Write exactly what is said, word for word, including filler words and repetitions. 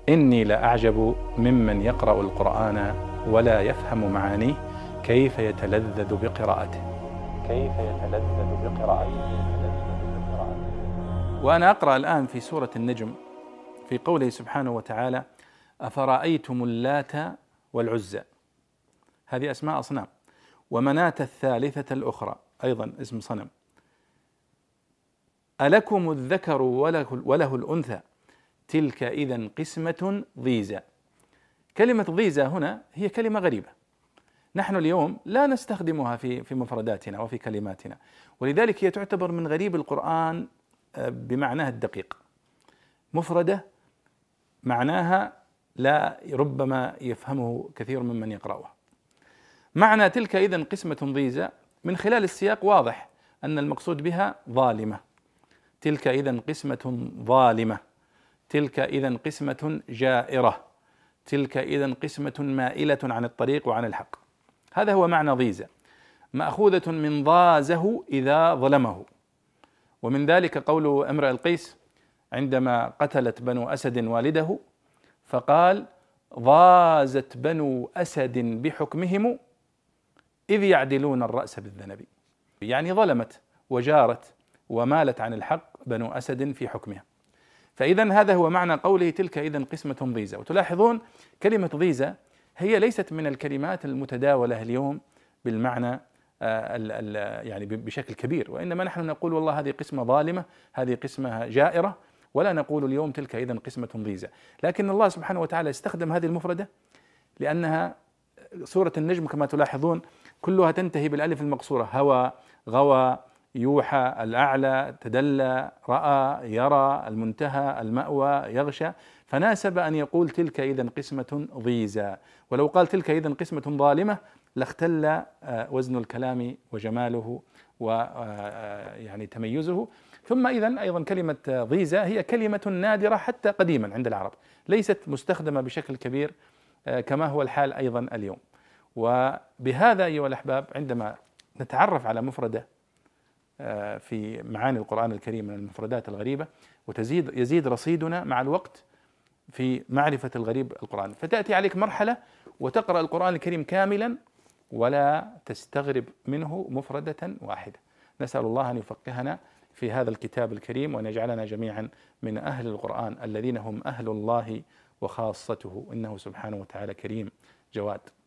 إني لأعجب ممن يقرأ القرآن ولا يفهم معانيه كيف يتلذذ بقراءته كيف يتلذذ بقراءته وأنا أقرأ الآن في سورة النجم في قوله سبحانه وتعالى: أفرأيتم اللات والعزى، هذه أسماء أصنام، ومناة الثالثة الأخرى أيضا اسم صنم، ألكم الذكر وله, وله الأنثى تلك إذن قسمة ضيزى. كلمة ضيزى هنا هي كلمة غريبة، نحن اليوم لا نستخدمها في في مفرداتنا وفي كلماتنا، ولذلك هي تعتبر من غريب القرآن بمعناها الدقيق، مفردة معناها لا ربما يفهمه كثير ممن يقرأها. معنى تلك إذن قسمة ضيزى من خلال السياق واضح أن المقصود بها ظالمة، تلك إذن قسمة ظالمة، تلك إذن قسمة جائرة، تلك إذن قسمة مائلة عن الطريق وعن الحق. هذا هو معنى ضيزى، مأخوذة من ضازه إذا ظلمه، ومن ذلك قول امرئ القيس عندما قتلت بنو أسد والده فقال: ضازت بنو أسد بحكمهم إذ يعدلون الرأس بالذنب، يعني ظلمت وجارت ومالت عن الحق بنو أسد في حكمها. فإذا هذا هو معنى قوله تلك إذن قسمة ضيزى. وتلاحظون كلمة ضيزى هي ليست من الكلمات المتداولة اليوم بالمعنى ال ال يعني بشكل كبير، وإنما نحن نقول والله هذه قسمة ظالمة، هذه قسمة جائرة، ولا نقول اليوم تلك إذن قسمة ضيزى. لكن الله سبحانه وتعالى استخدم هذه المفردة لأنها سورة النجم كما تلاحظون كلها تنتهي بالألف المقصورة: هوى، غوى، يوحى، الأعلى، تدلى، رأى، يرى، المنتهى، المأوى، يغشى، فناسب أن يقول تلك إذن قسمة ضيزى. ولو قال تلك إذن قسمة ظالمة لاختل وزن الكلام وجماله ويعني تميزه. ثم إذن أيضا كلمة ضيزى هي كلمة نادرة حتى قديما عند العرب، ليست مستخدمة بشكل كبير كما هو الحال أيضا اليوم. وبهذا أيها الأحباب عندما نتعرف على مفردة في معاني القرآن الكريم من المفردات الغريبة، وتزيد يزيد رصيدنا مع الوقت في معرفة الغريب القرآن، فتأتي عليك مرحلة وتقرأ القرآن الكريم كاملا ولا تستغرب منه مفردة واحدة. نسأل الله أن يفقهنا في هذا الكتاب الكريم وأن يجعلنا جميعا من أهل القرآن الذين هم أهل الله وخاصته، إنه سبحانه وتعالى كريم جواد.